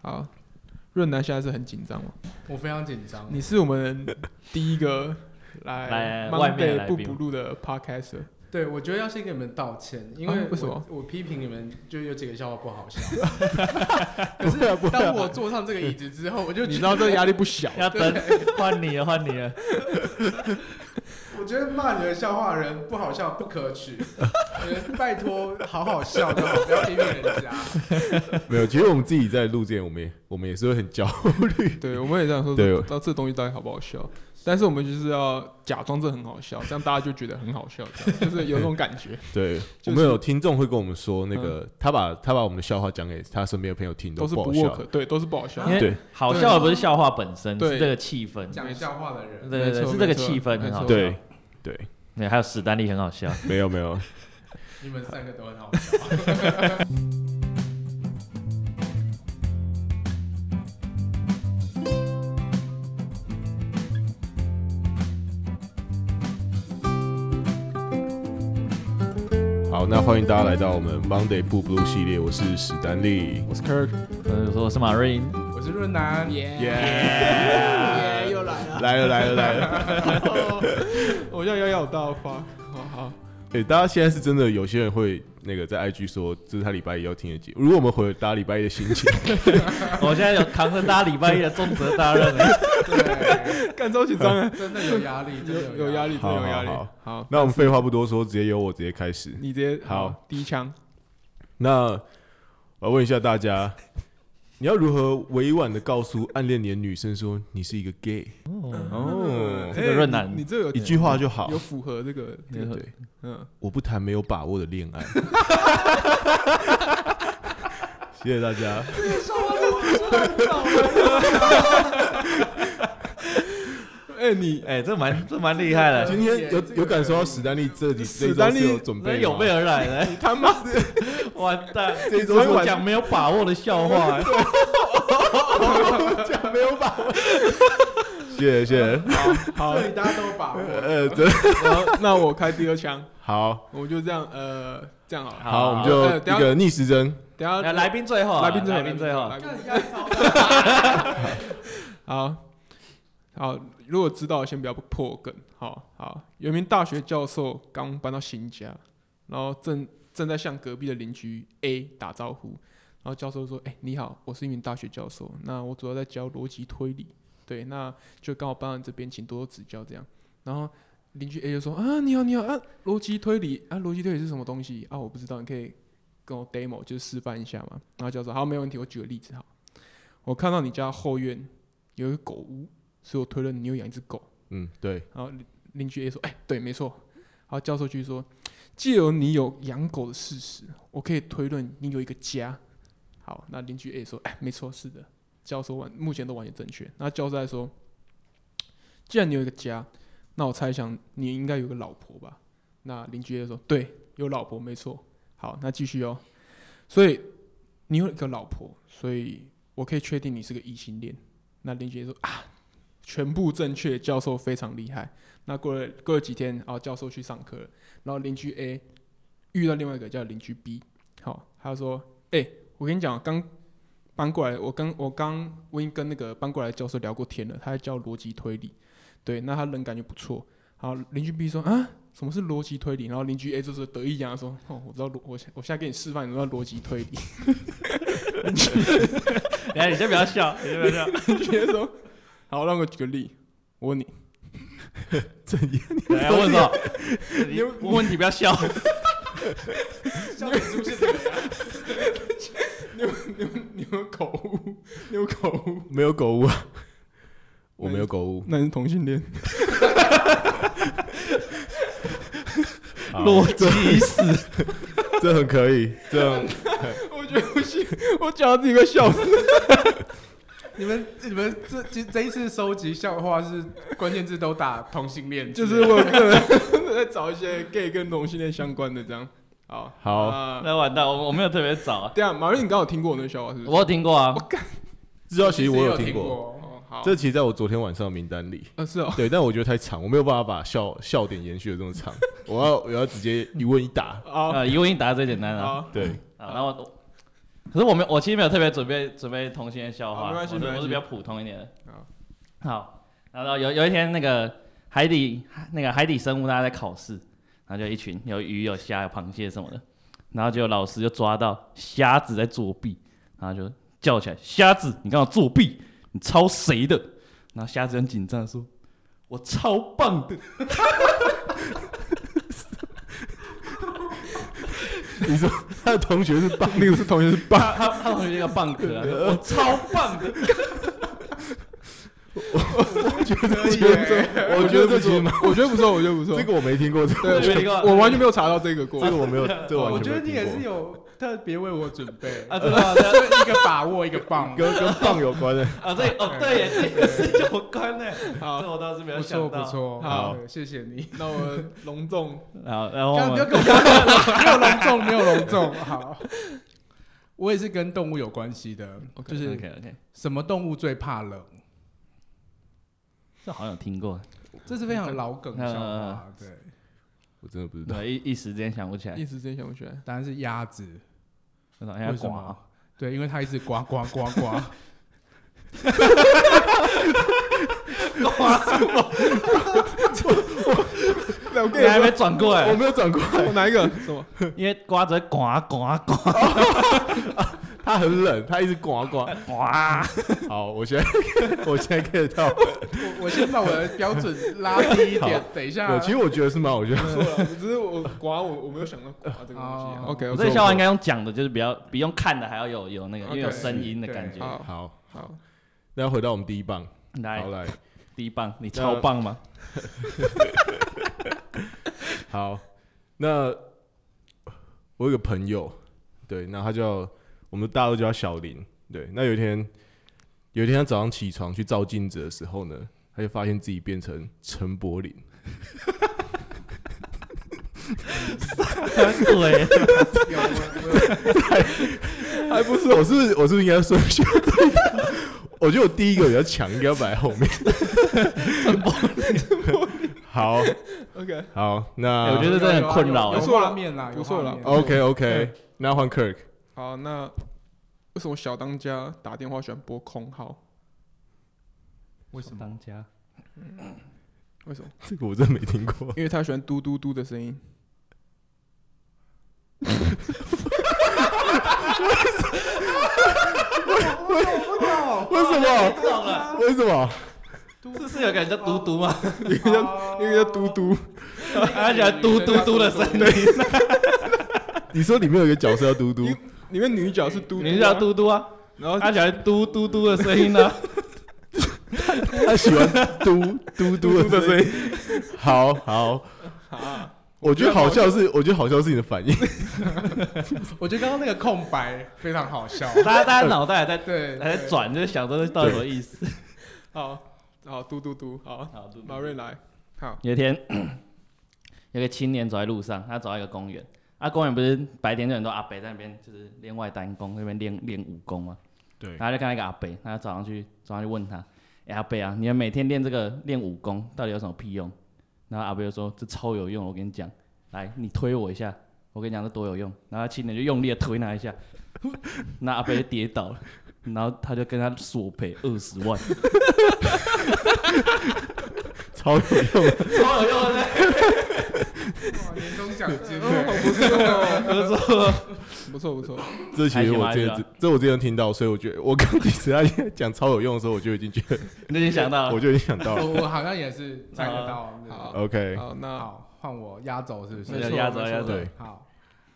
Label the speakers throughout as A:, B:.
A: 好，润南现在是很紧张吗？
B: 我非常紧张。
A: 你是我们第一个来
C: 外面的
A: Monday 不
C: 来宾
A: 补录的 podcaster。
B: 对，我觉得要先跟你们道歉，因为
A: 为什么
B: 我批评你们就有几个笑话不好笑。可是当我坐上这个椅子之后，我就
A: 你知道这个压力不小。
C: 要等换你了。
B: 我觉得骂你的笑话的人不好笑不可取，拜托好好笑就好，不要批评人家。
D: 没有，其实我们自己在录之前，我们也是会很焦虑。
A: 对，我们也这样说，
D: 对，
A: 知道这东西到底好不好笑，但是我们就是要假装这很好笑，这样大家就觉得很好笑，就是有那种感觉。
D: 对，
A: 就是、
D: 我们有听众会跟我们说，那个、他把我们的笑话讲给他身边的朋友听，
A: 都是
D: 不好笑，
A: 对，都是不好笑。
C: 因为好笑的不是笑话本身，是这个气氛。
B: 讲笑话的人，
C: 对，是这个气氛很好笑。
D: 对。
C: 还有史丹利很好笑。
D: 没有，
B: 你们三个都很好笑。
D: 好，那欢迎大家来到我们 Monday 不 Blue 系列，我是史丹利，
A: 我是 Kirk，
C: 我是马瑞，
B: 我是润南，
A: 耶，又来了，我现在要大发，好。
D: 大家现在是真的，有些人会那个在 IG 说这是他礼拜一要听的节目。如果我们回大家礼拜一的心情，
C: 我现在有扛着大家礼拜一的重责大任了。
B: 对，
A: 干超紧张啊，
B: 真的有压力，
A: 有压力，真的有压力。好，
D: 那我们废话不多说，直接由我直接开始。
A: 你直接
D: 好，
A: 第一枪。
D: 那我要问一下大家，你要如何委婉的告诉暗恋你的女生说你是一个 gay？
C: 这个润南，
A: 你这有
D: 一句话就好，
A: 有符合这个
D: 对，我不谈没有把握的恋爱。谢谢大家。
C: 这蛮厉害的。
D: 今天有感受到史丹利这
A: 史丹利
D: 有准备，
C: 有备而来的。
A: 你他妈的
C: 完蛋！这周是讲没有把握的笑话。
D: 讲没有把握。谢谢。
A: 好，
B: 这里大家都有把握。
D: 对。
A: 那我开第二枪。
D: 好，
A: 我就这样，这样好了。
D: 好，我们就一个逆时针。
A: 等下
C: 来宾最后，
A: 来宾最后。好，如果知道先不要破梗。好，有一名大学教授刚搬到新家，然后正在向隔壁的邻居 A 打招呼，然后教授说：“你好，我是一名大学教授，那我主要在教逻辑推理，对，那就刚好搬到这边，请多多指教这样。”然后邻居 A 就说：“啊，你好啊，逻辑推理是什么东西啊？我不知道，你可以跟我 demo 就是示范一下嘛。”然后教授：“好，没问题，我举个例子好，我看到你家后院有一个狗屋。”所以我推论你有养一只狗。
D: 对。
A: 然后邻居 A 说：“对，没错。”然后教授继续说：“藉由你有养狗的事实，我可以推论你有一个家。”好，那邻居 A 说：“没错，是的。”教授目前都完全正确。那教授在说：“既然你有一个家，那我猜想你应该有个老婆吧？”那邻居 A 说：“对，有老婆，没错。”好，那继续哦。所以你有一个老婆，所以我可以确定你是个异性恋。那邻居 A 说：“啊。”全部正确，教授非常厉害。那过了几天，教授去上课了，然后邻居 A 遇到另外一个叫邻居 B， 好，他说：“我跟你讲，刚搬过来，我已经跟那个搬过来的教授聊过天了，他在教逻辑推理，对，那他人感觉不错。”好，邻居 B 说：“啊，什么是逻辑推理？”然后邻居 A 就是得意洋洋说：“我知道我现在给你示范，你知道逻辑推理。”
C: 等下你先不要笑，
A: 邻居 A 说。好，让我举个例，我问你，
D: 怎样？
C: 你问什么？你问问题不要笑。
B: 笑点出现怎么样？
A: 你有狗屋？你有狗屋？
D: 没有狗屋啊，我没有狗屋。
A: 那是同性恋。
C: 逻辑死，
D: 这很可以，这样。
A: 我觉得不行，我讲到自己快笑死。
B: 你们这一次收集笑话是关键字都打同性恋，
A: 就是我个人在找一些 gay 跟同性恋相关的这样。好，
C: 那完蛋，我没有特别找啊。
A: 对啊，马瑞，你刚刚有听过我那个笑话是不是？
C: 我有听过啊。
D: 知道其实我有听
B: 过。
A: 好，
D: 这其实在我昨天晚上的名单里。
A: 是哦。
D: 对，但我觉得太长，我没有办法把笑点延续的这么长。我要直接一问一答。
C: 一问一答最简单啊。
D: 对。
C: 好，那可是我其实没有特别准备同性恋笑话，
A: 没关系没关系
C: 我是比较普通一点的。
A: 好，
C: 好，然后有一天那个海底生物大家在考试，然后就一群有鱼有虾有螃蟹什么的，然后就老师就抓到虾子在作弊，然后就叫起来，虾子你刚刚作弊，你抄谁的？然后虾子很紧张的说，我超棒的。
D: 你说他的同学是棒，
A: 那个是同学是棒，
C: 他同学是一个棒哥啊，我超棒的。
D: 我觉得这其实蛮，
A: 我觉得不错，我觉得不错。
D: 这个我没听过，
A: 对，我完全没有查到这个过。
D: 这个我没有，这个完
B: 我觉
D: 全没有听过。
B: 得你也是有特别为我准备
C: 啊，真的吗？
B: 一个把握，一个棒，
D: 跟棒有关的。
C: 啊，对耶，这个是有关的。
A: 好，
C: 这我倒是没有
B: 不
C: 想到。
B: 错不错，
A: 好
B: 谢谢你。
A: 那我隆重，
C: 然后我们
B: 不要跟我没有隆重，没有隆重。好，我也是跟动物有关系的，就是
C: OK，
B: 什么动物最怕冷？
C: 这好像有听过，
B: 这是非常老梗的笑话，对，
D: 我真的不知道。
C: 对，一时间想不起来。
A: 一时间想不起来。
B: 答案是鸭子。
C: 为
B: 什么？对，因为它一直呱呱呱呱。
C: 你还没转过来，
D: 我没有转过来。
A: 我哪一个？什么？
C: 因为瓜子呱呱呱，
D: 它很冷，它一直呱呱。
C: 呱。
D: 好，我现在 get 到。
B: 我先把我的标准拉低一点，等一下。
D: 其实我觉得是蛮好笑的。
A: 只是我没有想到刮这个东西。OK，
C: 这个笑话应该用讲的，就是比用看的还要有那个，因为有声音的感觉。
D: 好，那要回到我们第一棒。
C: 来，第一棒，你超棒吗？
D: 好，那我有个朋友，对，那我们大家都叫他小林，对，那有一天他早上起床去照镜子的时候呢，他就发现自己变成陈柏霖。
C: 对，
D: 还不错。我是不是应该说一下？我觉得我第一个比较强，应该要摆在后面。
C: 陈柏霖。
D: 好
A: ，OK，
D: 好，那
C: 我觉得这很困扰，
B: 有画面啦，
A: 不错了。
D: OK， 那换 Kirk。
A: 好，那为什么小当家打电话喜欢拨空号？
C: 为什么当家？
A: 为什么？
D: 这个我真没听过。
A: 因为他喜欢嘟嘟嘟的声音。
D: 为什么？为什么？
C: 这是有个人叫嘟嘟吗？
A: 一个叫嘟嘟，
C: 他喜欢嘟嘟嘟的声音。
D: 你说里面有一个角色叫嘟嘟，
A: 里面女角是嘟嘟，
C: 你叫嘟嘟啊，
A: 然后
C: 他喜欢嘟嘟嘟的声音呢。
D: 他喜欢嘟嘟嘟的声音。好，我觉得好笑是你的反应。
B: 我觉得刚刚那个空白非常好笑，
C: 大家脑袋还
B: 对
C: 在转，就是想这到底什么意思。
A: 好，嘟嘟嘟，好，马瑞来。好，
C: 有一天，有个青年走在路上，他走到一个公园。公园不是白天就很多阿伯在那边就是练外单功，那边练武功吗？
D: 对。
C: 然后就看到一个阿伯，他早上去问他，阿伯啊，你们每天练武功，到底有什么屁用？然后阿伯就说：“这超有用，我跟你讲，来，你推我一下，我跟你讲这多有用。”然后青年就用力的推他一下，那阿伯就跌倒了，然后他就跟他索赔20万，
D: 超有用的，
C: 超有用的。
B: 年终奖金，
A: 不错。
D: 这其实我之前听到，所以我觉得我刚其实他讲超有用的时候，我就已经觉得，
C: 你已经想到了，
D: 我就已经想到了。
B: 我好像也是猜得到。
D: OK，
A: 好，那
B: 好换我压轴是不是？
C: 压轴。
D: 对，
B: 好，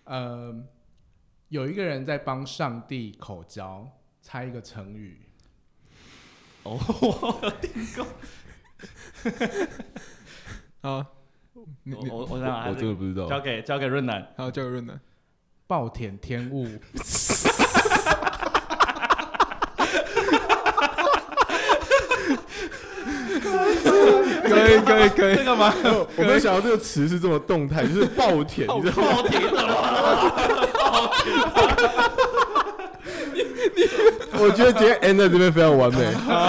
B: 有一个人在帮上帝口交，猜一个成语。
C: 哦，我有听过。
A: 好，
C: 我
D: 真的不知道。
C: 交给润南，
A: 好，交给润南。
B: 暴殄天物。
A: 可以。
C: 这个吗？
D: 我没有想到这个词是这么动态，就是暴殄，你知道吗？
C: 暴殄。
D: 我觉得今天 end 在这边非常完美。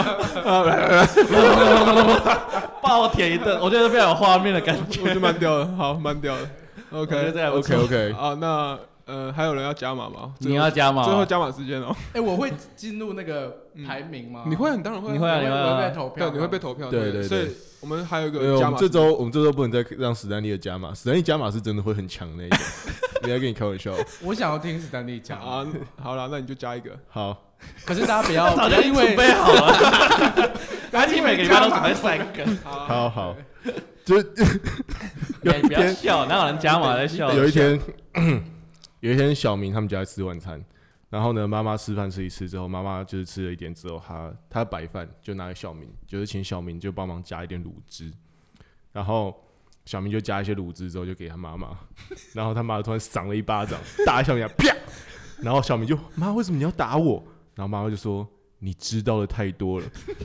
C: 暴殄一顿，我觉得非常有画面的感觉，
A: 我觉得蛮屌的，好，蛮屌的。OK，
C: OK。
A: 好，那还有人要加码吗？
C: 你要加码吗？
A: 最后加码时间哦。
B: 我会进入那个排名吗？
A: 你会，你当然会，
C: 你会啊，你会
B: 我会
C: 啊
B: 被投票，
A: 对，你会被投票。
D: 对，
A: 所以我们还有一
D: 没有，
A: 个加码。
D: 我们这周不能再让史丹利的加码，史丹利加码是真的会很强那一种，没在跟你开玩笑。
B: 我想要听史丹利讲
A: 啊，好了，那你就加一个。
D: 好，
B: 可是大家不要
C: 早就
B: 因为
C: 准备好了，他听每个礼拜都准备3个。
D: 好，就有一
C: 不要
D: 天
C: 笑，哪有人加码在笑？
D: 有一天小明他们家在吃晚餐，然后呢，妈妈吃饭吃一吃之后，妈妈就是吃了一点之后，她白饭就拿给小明，就是请小明就帮忙加一点卤汁，然后小明就加一些卤汁之后就给他妈妈，然后他妈突然赏了一巴掌，打在小明啪，然后小明就妈为什么你要打我？然后妈妈就说你知道的太多了。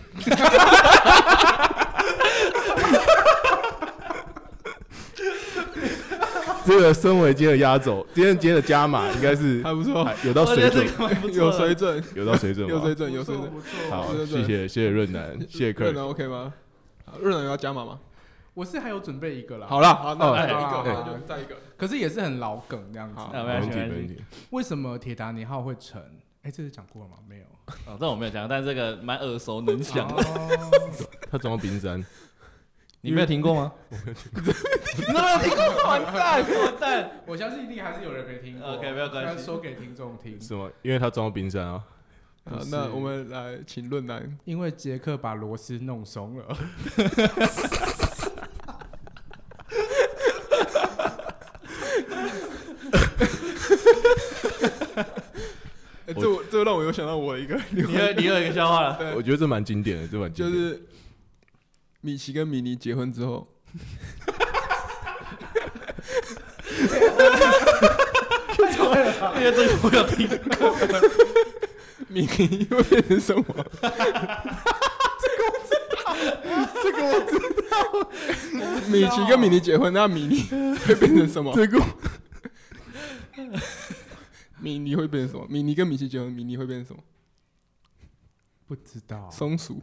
D: 这个身为今天的压轴，今天的加码应该是
A: 还不错，
D: 有到水准，
A: 有水准，
D: 有到水准吗？
A: 有水准，有水准。
B: 不错。
D: 好，谢谢润南，谢谢客人。
A: 润南 OK 吗？润南有要加码吗？
B: 我是还有准备一个啦。
A: 好了，好，那
B: 好
A: 一个，那就再一个。
B: 可是也是很老梗这样子。
C: 没
D: 问题，没问题。
B: 为什么铁达尼号会沉？这个讲过了吗？没有。
C: 哦，这我没有讲，但这个蛮耳熟能详的。
D: 他装到冰山，
C: 你没有听过吗？
D: 我没有听过。
C: 你都没有听过？完蛋！
B: 我相信一定还是有人没听过。
C: OK， 没有关系。
B: 说给听众听。
D: 是吗？因为他装到冰山啊。
A: 好，那我们来请润南。
B: 因为杰克把螺丝弄松了。
A: 这让我有想到我一个，
C: 你有一个笑话了。
D: 我觉得这蛮经典的，这蛮经典的。
A: 就是米奇跟米妮结婚之后，
C: 因为这个我有听过。
A: 米妮会变成什么？这个我知道。米奇跟米妮结婚，那米妮会变成什么？
D: 这个
A: 米妮会变成什么？米妮跟米奇结婚，米妮会变成什么？
B: 不知道。
A: 松鼠。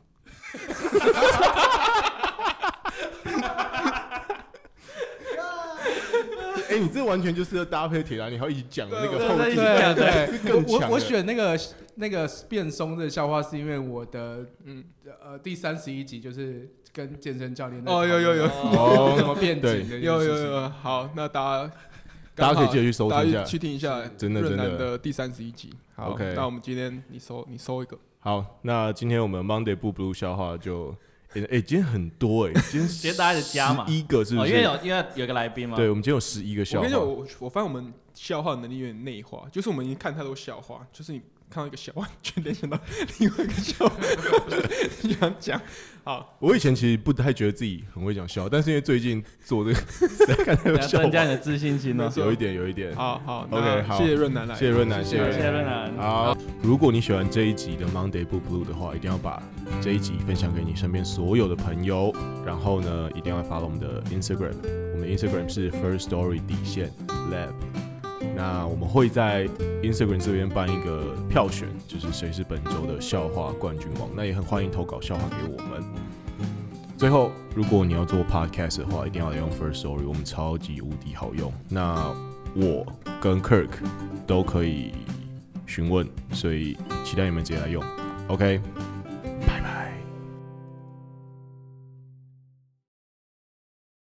D: 你这完全就是要搭配铁达尼号一起讲的那个后
C: 对
D: 劲，
B: 对，
D: 更强的。
B: 我选那个变松的笑话，是因为我的第31集就是跟健身教练
A: 有
B: 怎么变紧，
A: 有，好，那大
D: 家可以记得去搜听一下，
A: 去听一下
D: 真的
A: 的第31集。好
D: ，OK，
A: 那我们今天你搜一个。
D: 好，那今天我们 Monday Blue 笑话就。今天很多今
C: 天大家的加嘛
D: 11个是不是？
C: 因为有个来宾嘛。
D: 对，我们今天有11个笑话。
A: 我发现我们笑话能力有点内化，就是我们已经看太多笑话，就是你看到一个笑话，就联想到另外一个笑话，你想讲。好，
D: 我以前其实不太觉得自己很会讲笑话，但是因为最近做这个，实在看太多笑话，
C: 增加你的自信心呢。
D: 有一点。
A: 好
D: ，OK， 好，
A: 谢谢润南来，
D: 谢谢润南。
C: 好，
D: 如果你喜欢这一集的 Monday Blue 的话，一定要把这一集分享给你身边所有的朋友，然后呢，一定要 follow 我们的 Instagram， 我们的 Instagram 是 firststory_lab。那我们会在 Instagram 这边办一个票选，就是谁是本周的笑话冠军王。那也很欢迎投稿笑话给我们。最后，如果你要做 podcast 的话，一定要用 First Story， 我们超级无敌好用。那我跟 Kirk 都可以询问，所以期待你们直接来用。OK。